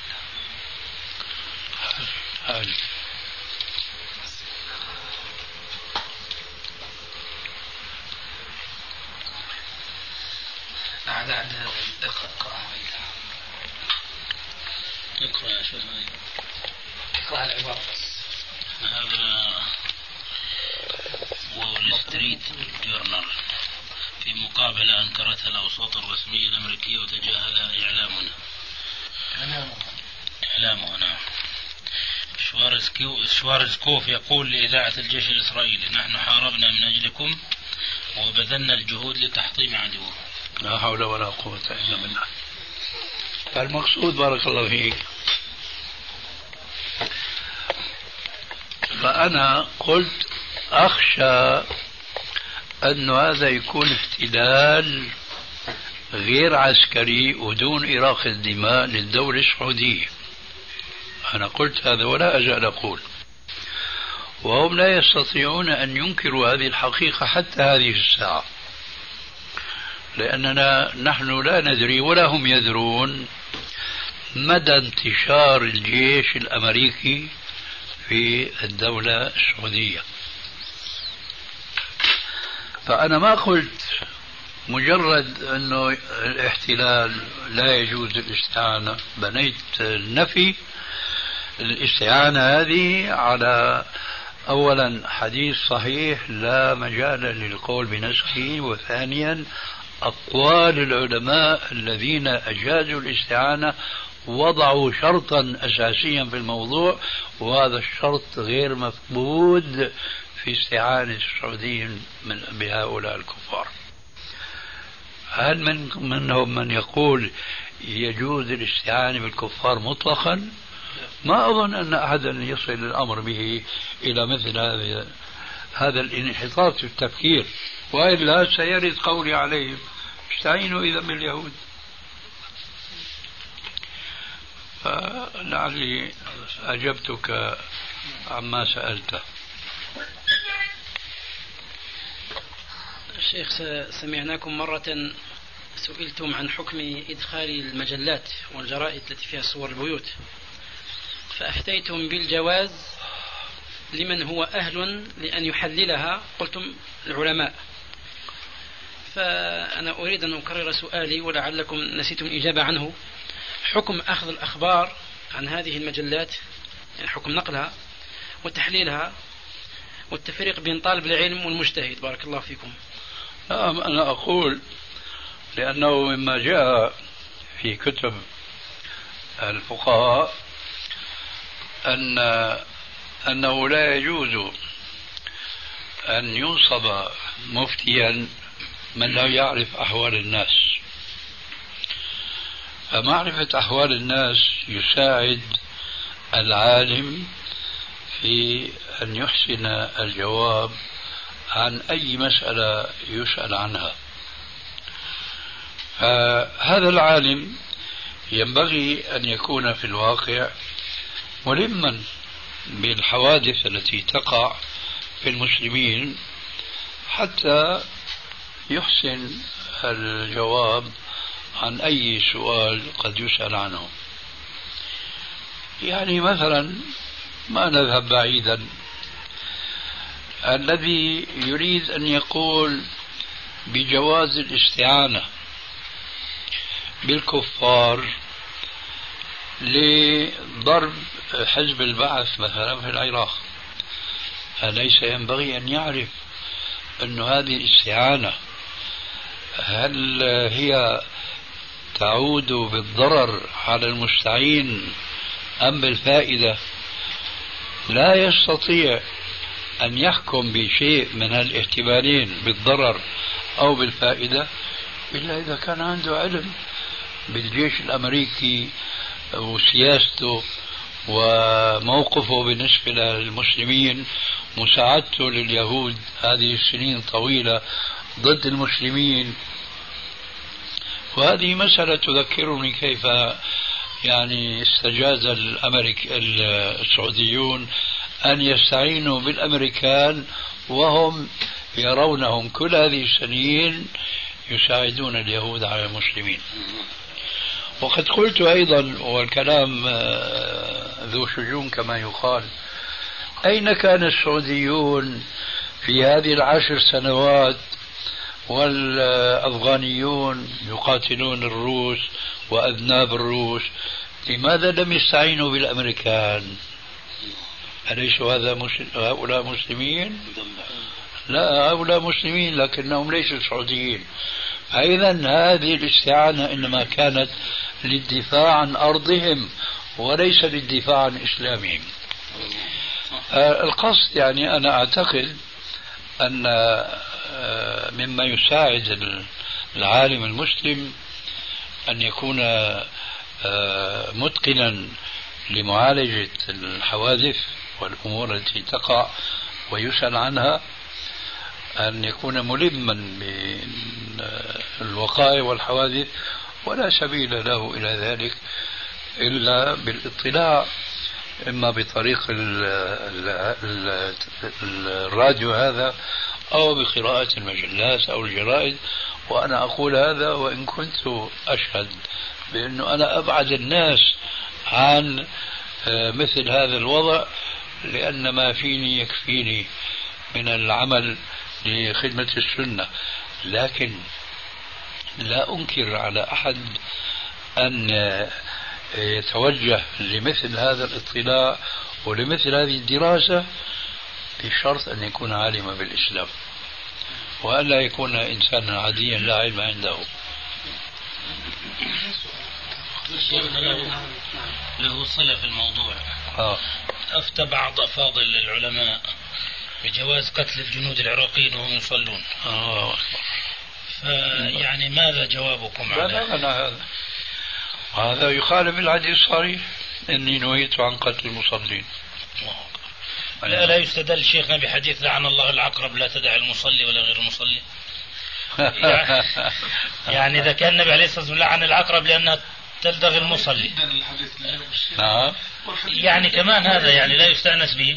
أعداء هذا اقرأ اقرأ يا شيخ اقرأ العبارة بس. هذا وول ستريت جورنال في مقابلة أنكرتها الأوساط الرسمية الأمريكية وتجاهلها إعلامنا. إعلامنا نعم. شوارزكوف يقول لإذاعة الجيش الإسرائيلي نحن حاربنا من أجلكم وبذلنا الجهود لتحطيم عدوكم. لا حول ولا قوة إلا بالله. فالمقصود بارك الله فيك، فأنا قلت أخشى أن هذا يكون احتلال غير عسكري ودون إراقة دماء للدولة السعودية. أنا قلت هذا ولا أزال أقول، وهم لا يستطيعون أن ينكروا هذه الحقيقة حتى هذه الساعة، لأننا نحن لا ندري ولا هم يدرون مدى انتشار الجيش الأمريكي في الدولة السعودية. فأنا ما قلت مجرد أنه الاحتلال لا يجوز الاستعانة، بنيت النفي الاستعانة هذه على أولا حديث صحيح لا مجال للقول بنسخه، وثانيا أقوال العلماء الذين أجازوا الاستعانة وضعوا شرطا أساسيا في الموضوع، وهذا الشرط غير مفقود في استعانة السعوديين من بهؤلاء الكفار. هل من منهم من يقول يجوز الاستعانة بالكفار مطلقا؟ ما أظن أن أحدا يصل الأمر به إلى مثل هذا هذا الانحطاط في التفكير، وإلا سيرد قولي عليهم استعينوا إذا باليهود. فلعلي أجبتك عما سألته. شيخ، سمعناكم مرة سئلتم عن حكم إدخال المجلات والجرائد التي فيها صور البيوت، فأفتيتم بالجواز لمن هو أهل لأن يحللها، قلتم العلماء. فأنا أريد أن أكرر سؤالي ولعلكم نسيتم الإجابة عنه. حكم أخذ الأخبار عن هذه المجلات، يعني حكم نقلها وتحليلها والتفريق بين طالب العلم والمجتهد، بارك الله فيكم. نعم، أنا أقول لأنه مما جاء في كتب الفقهاء أن أنه لا يجوز أن ينصب مفتيا من لا يعرف أحوال الناس. فمعرفة أحوال الناس يساعد العالم في أن يحسن الجواب عن أي مسألة يسأل عنها. فهذا العالم ينبغي أن يكون في الواقع ملما بالحوادث التي تقع في المسلمين حتى يحسن الجواب عن أي سؤال قد يسأل عنه. يعني مثلا ما نذهب بعيدا، الذي يريد أن يقول بجواز الاستعانة بالكفار لضرب حزب البعث مثلا في العراق، أليس ينبغي أن يعرف أن هذه الاستعانة هل هي تعود بالضرر على المستعين أم بالفائدة؟ لا يستطيع أن يحكم بشيء من الاحتمالين بالضرر أو بالفائدة إلا إذا كان عنده علم بالجيش الأمريكي وسياسته وموقفه بالنسبة للمسلمين، مساعدته لليهود هذه السنين طويلة ضد المسلمين. وهذه مسألة تذكرني كيف يعني استجاز الأمريك السعوديون أن يستعينوا بالأمريكان وهم يرونهم كل هذه السنين يساعدون اليهود على المسلمين. وقد قلت أيضا والكلام ذو شجون كما يقال، أين كان السعوديون في هذه العشر سنوات والأفغانيون يقاتلون الروس وأذناب الروس؟ لماذا لم يستعينوا بالأمريكان؟ أليسوا هذا مسلم؟ هؤلاء مسلمين؟ لا، هؤلاء مسلمين لكنهم ليسوا سعوديين. أيضا هذه الاستعانة إنما كانت للدفاع عن أرضهم وليس للدفاع عن إسلامهم. آه القصد يعني أنا أعتقد أن آه مما يساعد العالم المسلم أن يكون آه متقنا لمعالجة الحوادث والأمور التي تقع ويسأل عنها، أن يكون ملما بالوقائع والحوادث، ولا سبيل له إلى ذلك إلا بالاطلاع إما بطريق الراديو هذا أو بقراءة المجلات أو الجرائد. وأنا أقول هذا وإن كنت أشهد بأنه أنا أبعد الناس عن مثل هذا الوضع، لأن ما فيني يكفيني من العمل لخدمة السنة. لكن لا أنكر على أحد أن يتوجه لمثل هذا الاطلاع ولمثل هذه الدراسة بشرط أن يكون عالما بالإسلام وأن لا يكون إنسانا عاديا لا علم عنده. له صلة في الموضوع. آه. أفتى بعض أفاضل العلماء بجواز قتل الجنود العراقيين وهم يصلون. آه. يعني ماذا جوابكم على هذا؟ هذا يخالف الحديث الصحيح إني نهيت عن قتل المصلين. لا لا يستدل شيخنا بحديث لعن الله العقرب لا تدع المصلي ولا غير المصلي. يعني إذا كان النبي عليه الصلاة والسلام لعن العقرب لأنها تلدغ المصلي، نعم، يعني كمان هذا يعني لا يستأنس به.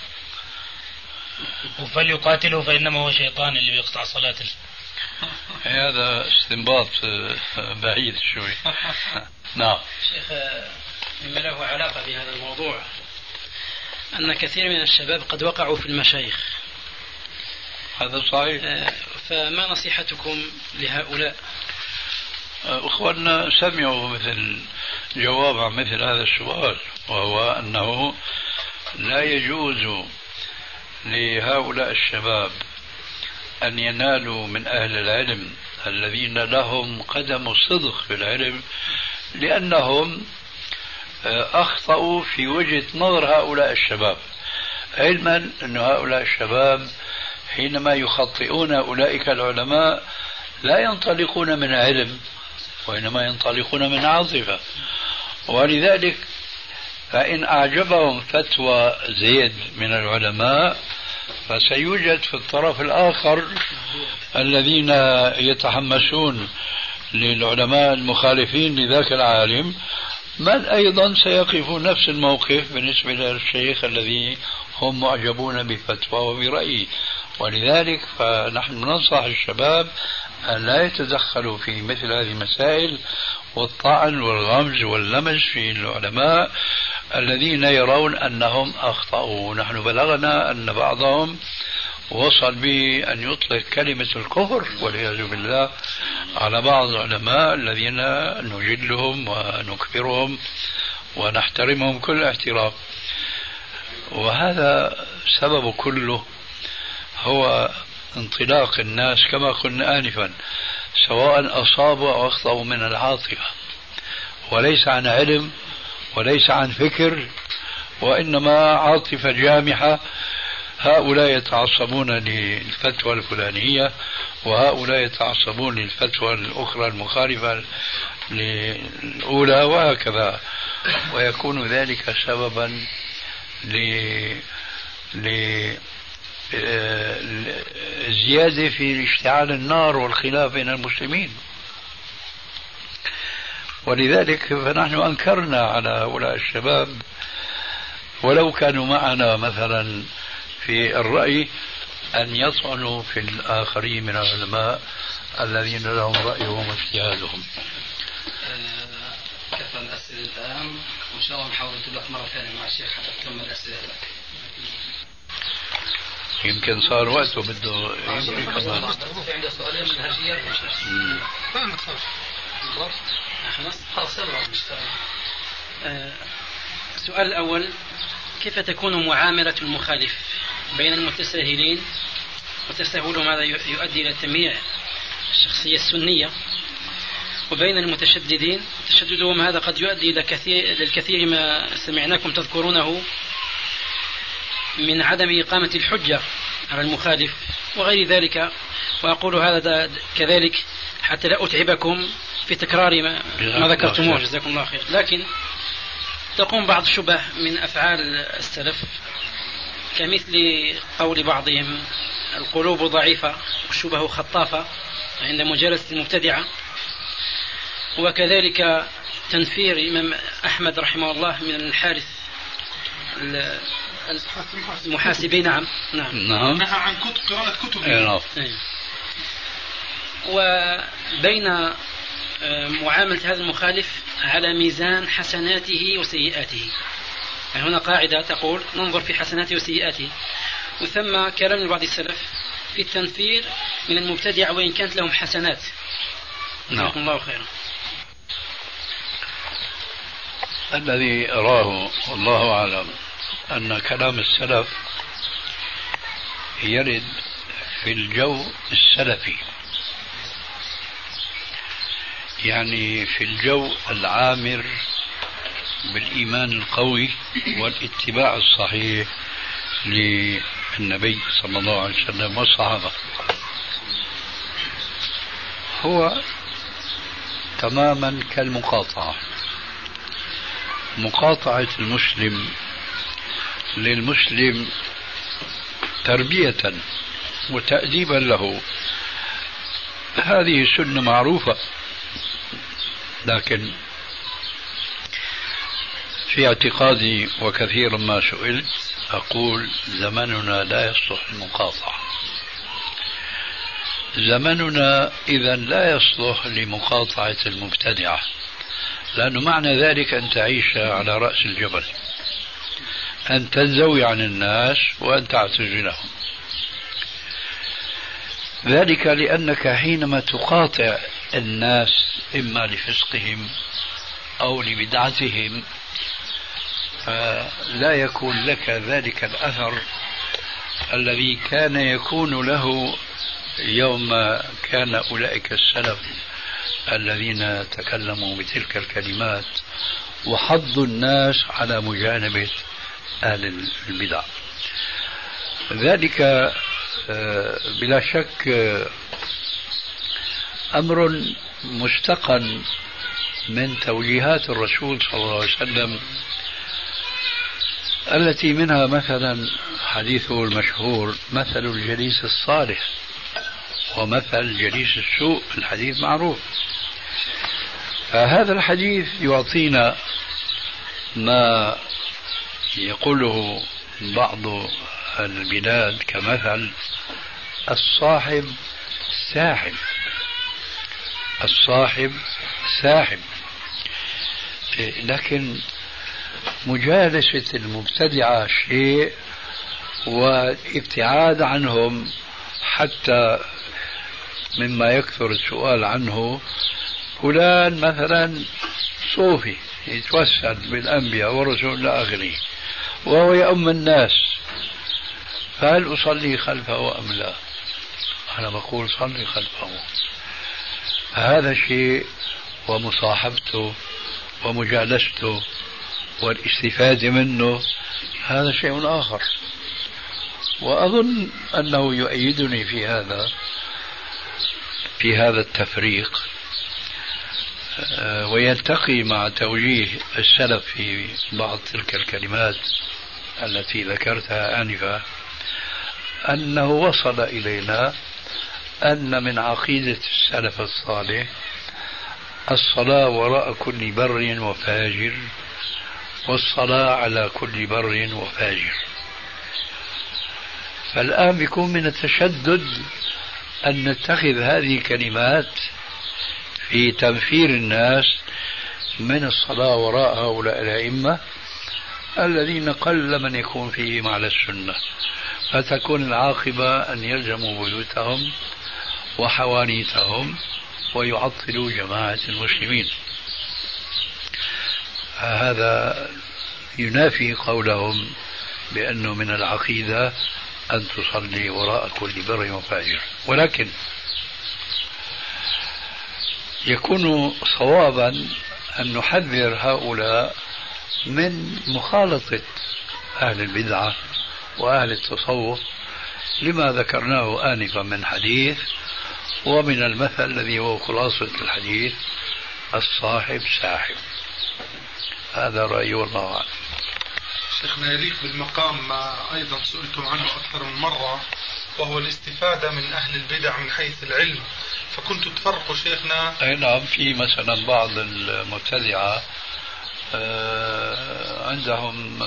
وفليقاتله فإنما هو شيطان اللي بيقطع صلاته. هذا استنباط بعيد شوي. نعم شيخ، مما له علاقة بهذا الموضوع أن كثير من الشباب قد وقعوا في المشايخ. هذا صحيح. فما نصيحتكم لهؤلاء؟ أخواننا سمعوا مثل جواب عن مثل هذا السؤال، وهو أنه لا يجوز لهؤلاء الشباب أن ينالوا من أهل العلم الذين لهم قدم صدق في العلم، لأنهم أخطأوا في وجهة نظر هؤلاء الشباب، علما أن هؤلاء الشباب حينما يخطئون أولئك العلماء لا ينطلقون من علم وإنما ينطلقون من عاطفة. ولذلك فإن أعجبهم فتوى زيد من العلماء فسيوجد في الطرف الآخر الذين يتحمسون للعلماء المخالفين لذاك العالم من أيضا سيقفون نفس الموقف بالنسبة للشيخ الذي هم معجبون بفتوى وبرأيه. ولذلك فنحن ننصح الشباب أن لا يتدخلوا في مثل هذه المسائل والطعن والغمز واللمس في العلماء الذين يرون أنهم أخطأوا. نحن بلغنا أن بعضهم وصل به أن يطلق كلمة الكفر والعياذ بالله على بعض العلماء الذين نجلهم ونكبرهم ونحترمهم كل احترام. وهذا سبب كله هو انطلاق الناس كما قلنا آنفا، سواء أصابوا أو أخطأوا من العاطفة، وليس عن علم وليس عن فكر، وإنما عاطفة جامحة. هؤلاء يتعصبون للفتوى الفلانية وهؤلاء يتعصبون للفتوى الأخرى المخالفة للأولى وهكذا، ويكون ذلك سببا ل زيادة في اشتعال النار والخلاف بين المسلمين. ولذلك فنحن أنكرنا على هؤلاء الشباب ولو كانوا معنا مثلا في الرأي أن يطعنوا في الآخرين من العلماء الذين لهم رأيهم واجتهادهم. كثر الأسئلة الآن وإن شاء الله نحاول نتابع مرة ثانية مع الشيخ حتى تكمل الأسئلة. يمكن صار وقته بده يمكن كمان. في عنده سؤالين منهجيات. السؤال الأول: كيف تكون معاملة المخالف بين المتساهلين وتساهلهم هذا يؤدي إلى تمييع الشخصية السنية، وبين المتشددين تشددهم هذا قد يؤدي إلى كثير للكثير ما سمعناكم تذكرونه من عدم إقامة الحجة على المخالف وغير ذلك. وأقول هذا كذلك حتى لا أتعبكم في تكرار ما, ما ذكرتموه، جزاكم الله خير. لكن تقوم بعض الشبه من أفعال السلف كمثل قول بعضهم القلوب ضعيفة والشبه خطافة عند مجالسة المبتدعة، وكذلك تنفير الإمام أحمد رحمه الله من الحارث المحاسبي. نعم نعم نهى عن قراءة كتب. وبين معاملة هذا المخالف على ميزان حسناته وسيئاته، يعني هنا قاعدة تقول ننظر في حسناته وسيئاته، وثم كلام لبعض السلف في التنفير من المبتدع وإن كانت لهم حسنات. جزاكم الله خيرا. الذي أراه والله أعلم أن كلام السلف يرد في الجو السلفي، يعني في الجو العامر بالإيمان القوي والاتباع الصحيح للنبي صلى الله عليه وسلم والصحابة. هو تماما كالمقاطعة، مقاطعة المسلم للمسلم تربية وتأديبا له، هذه سنة معروفة. لكن في اعتقادي وكثيرا ما سئلت أقول زمننا لا يصلح المقاطعة، زمننا إذا لا يصلح لمقاطعة المبتدعة، لأنه معنى ذلك أن تعيش على رأس الجبل، أن تنزوي عن الناس وأن تعتزلهم. ذلك لأنك حينما تقاطع الناس إما لفسقهم أو لبدعتهم فلا يكون لك ذلك الأثر الذي كان يكون له يوم كان أولئك السلف الذين تكلموا بتلك الكلمات وحضوا الناس على مجانبة أهل البدع. ذلك بلا شك أمر مستقن من توجيهات الرسول صلى الله عليه وسلم، التي منها مثلا حديثه المشهور مثل الجليس الصالح ومثل جليس السوء، الحديث معروف. فهذا الحديث يعطينا ما يقوله بعض البلاد كمثل الصاحب ساحب، الصاحب ساحب. لكن مجالسة المبتدعة شيء والابتعاد عنهم حتى مما يكثر السؤال عنه. فلان مثلا صوفي يتوسل بالأنبياء والرسول إلى آخره وهو يؤم الناس، فهل أصلي خلفه أم لا؟ أنا بقول صلي خلفه. هذا شيء، ومصاحبته ومجالسته والاستفادة منه هذا شيء آخر. وأظن أنه يؤيدني في هذا في هذا التفريق، ويلتقي مع توجيه السلف في بعض تلك الكلمات التي ذكرتها آنفا، أنه وصل إلينا أن من عقيدة السلف الصالح الصلاة وراء كل بر وفاجر، والصلاة على كل بر وفاجر. فالآن بيكون من التشدد أن نتخذ هذه الكلمات في تنفير الناس من الصلاة وراء هؤلاء الأئمة الذين قل من يكون فيهم على السنة، فتكون العاقبة أن يلزموا بيوتهم وحوانيتهم ويعطلوا جماعة المسلمين. هذا ينافي قولهم بأنه من العقيدة أن تصلي وراء كل بر وفاجر. ولكن يكون صوابا أن نحذر هؤلاء من مخالطة أهل البدعة وأهل التصوف لما ذكرناه آنفا من حديث، ومن المثل الذي هو خلاصة الحديث: الصاحب ساحب. هذا رأيي والله أعلم. شيخنا، يليق بالمقام ما أيضا سئلتم عنه أكثر من مرة، وهو الاستفادة من أهل البدع من حيث العلم، فكنت تفرقوا شيخنا. أي نعم، في مثلا بعض المبتدعة عندهم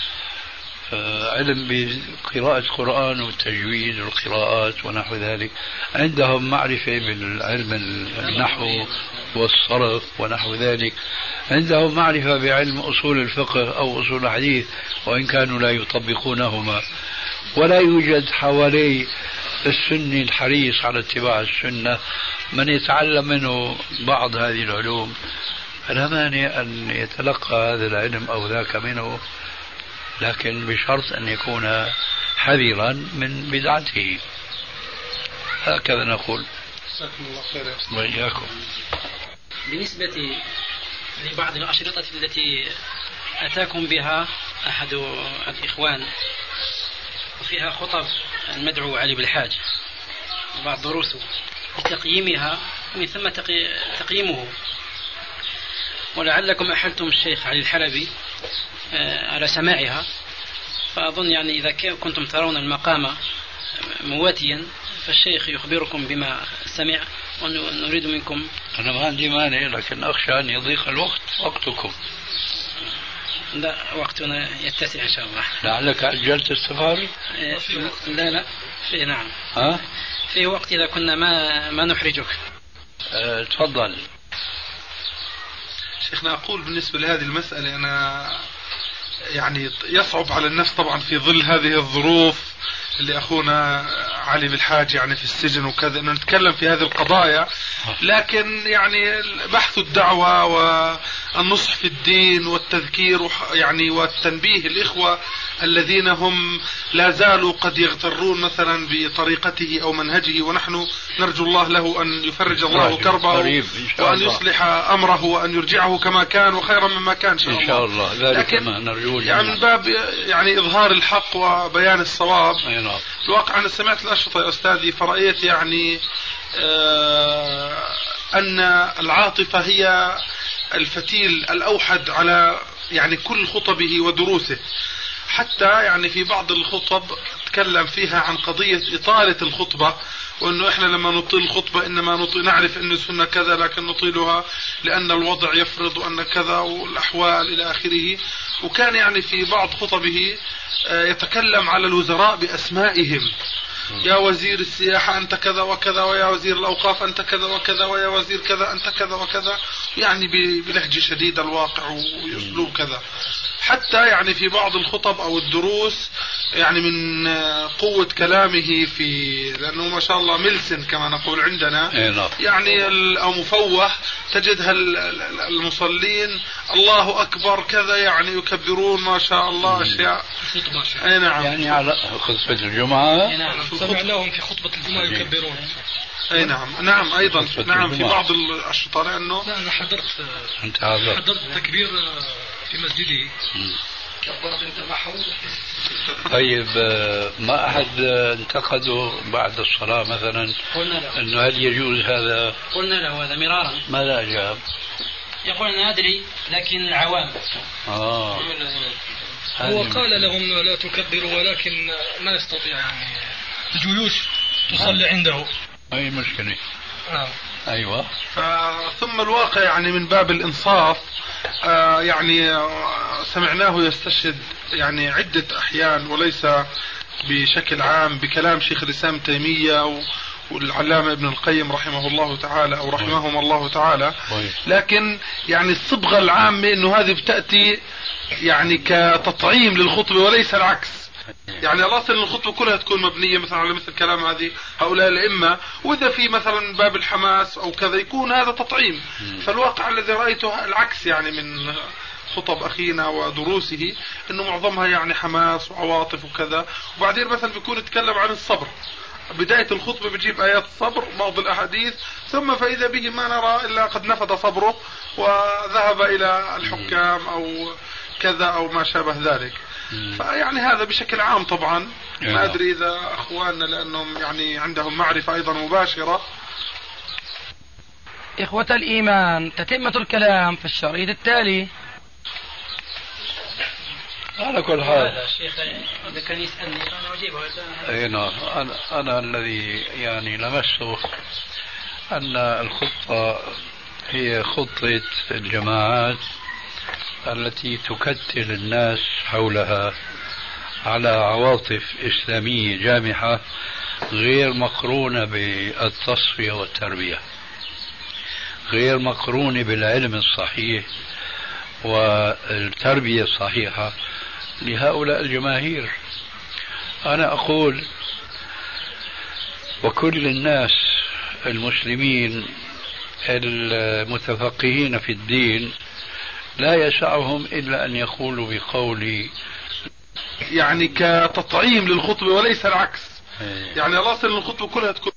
علم بقراءة القرآن والتجويد والقراءات ونحو ذلك، عندهم معرفة بالعلم النحو والصرف ونحو ذلك، عندهم معرفة بعلم أصول الفقه أو أصول الحديث وإن كانوا لا يطبقونهما، ولا يوجد حوالي السني الحريص على اتباع السنة من يتعلم منه بعض هذه العلوم. فلا مانع أن يتلقى هذا العلم أو ذاك منه، لكن بشرط أن يكون حذرا من بدعته. هكذا نقول. جزاكم الله خير. وإياكم. بالنسبة لبعض الأشرطة التي أتاكم بها أحد الإخوان وفيها خطب المدعو علي بالحاج وبعض دروسه بتقييمها ومن ثم تقييمه، ولعلكم أحلتم الشيخ علي الحلبي على سماعها، فأظن يعني إذا كنتم ترون المقام مواتيا فالشيخ يخبركم بما سمع، ونريد منكم. أنا ما عندي مانع، لكن أخشى أن يضيق الوقت وقتكم. لا، وقتنا يتسع إن شاء الله. لعلك أجلت السفاري؟ لا لا في نعم ها؟ في وقت إذا كنا ما ما نحرجك. أه تفضل. شيخنا، أقول بالنسبة لهذه المسألة أنا يعني يصعب على النفس طبعا في ظل هذه الظروف اللي أخونا علي بالحاج يعني في السجن وكذا أنه نتكلم في هذه القضايا، لكن يعني بحث الدعوة والنصح في الدين والتذكير يعني والتنبيه الإخوة الذين هم لا زالوا قد يغترون مثلا بطريقته أو منهجه، ونحن نرجو الله له أن يفرج الله كربه وأن يصلح أمره وأن يرجعه كما كان وخيرا مما كان شاء إن شاء الله. ذلك ما نرجو يعني من باب يعني إظهار الحق وبيان الصواب. نعم. الواقع أنا سمعت الأشرطة يا أستاذي فرأيت يعني آه أن العاطفة هي الفتيل الأوحد على يعني كل خطبه ودروسه، حتى يعني في بعض الخطب تكلم فيها عن قضية إطالة الخطبة، وأنه إحنا لما نطيل الخطبة إنما نطيل نعرف أن السنة كذا لكن نطيلها لأن الوضع يفرض وأن كذا والأحوال إلى آخره. وكان يعني في بعض خطبه يتكلم على الوزراء بأسمائهم، يا وزير السياحة أنت كذا وكذا، ويا وزير الأوقاف أنت كذا وكذا، ويا وزير كذا أنت كذا وكذا، يعني بلهجة شديدة الواقع ويسلوب كذا. حتى يعني في بعض الخطب أو الدروس يعني من قوة كلامه في لأنه ما شاء الله ملسن كما نقول عندنا يعني أو مفوه، تجد المصلين الله أكبر كذا يعني يكبرون ما شاء الله أشياء. أي نعم. يعني على خطبة الجمعة. أي نعم. سمعناهم في خطبة الجمعة يكبرون. أي نعم. نعم أيضا نعم في بعض الأشرطة لأنه. لا أنا حضرت. أنت حضرت. حضرت التكبير في مسجدي. كبرت أنت محمود. طيب ما أحد انتقده بعد الصلاة مثلا أنه هل يجوز هذا؟ قلنا له هذا مرارا. ماذا أجاب؟ يقول أنا أدري لكن العوام. آه. هو قال لهم لا تكبروا ولكن ما يستطيع يعني الجيوش تصلي عنده. أي مشكلة. نعم. أيوة. ثم الواقع يعني من باب الإنصاف آه يعني آه سمعناه يستشهد يعني عدة أحيان وليس بشكل عام بكلام شيخ الإسلام تيمية والعلامة ابن القيم رحمه الله تعالى أو رحمهم الله تعالى، لكن يعني الصبغة العامة أنه هذه بتأتي يعني كتطعيم للخطبة وليس العكس. يعني الأصل أن الخطبة كلها تكون مبنية مثلا على مثل كلام هذه هؤلاء الأئمة، وإذا في مثلا باب الحماس أو كذا يكون هذا تطعيم. فالواقع الذي رأيته العكس يعني من خطب أخينا ودروسه، أنه معظمها يعني حماس وعواطف وكذا، وبعدين مثلا بيكون يتكلم عن الصبر، بداية الخطبة بجيب آيات الصبر بعض الأحاديث، ثم فإذا به ما نرى إلا قد نفد صبره وذهب إلى الحكام أو كذا أو ما شابه ذلك. فيعني هذا بشكل عام طبعا ما أدري إذا أخواننا لأنهم يعني عندهم معرفة أيضا مباشرة. إخوة الإيمان، تتمة الكلام في الشريط التالي. على كل حال الشيخ إذا كان يسألني أنا أجيبه. أي نعم. أنا, أنا الذي يعني لمسته أن الخطة هي خطة الجماعات التي تكتل الناس حولها على عواطف إسلامية جامحة غير مقرونة بالتصفية والتربية، غير مقرونة بالعلم الصحيح والتربية الصحيحة لهؤلاء الجماهير. أنا أقول وكل الناس المسلمين المتفقهين في الدين لا يسعهم إلا أن يقولوا بقولي يعني كتطعيم للخطبة وليس العكس. يعني الأصل أن الخطبة كلها تكون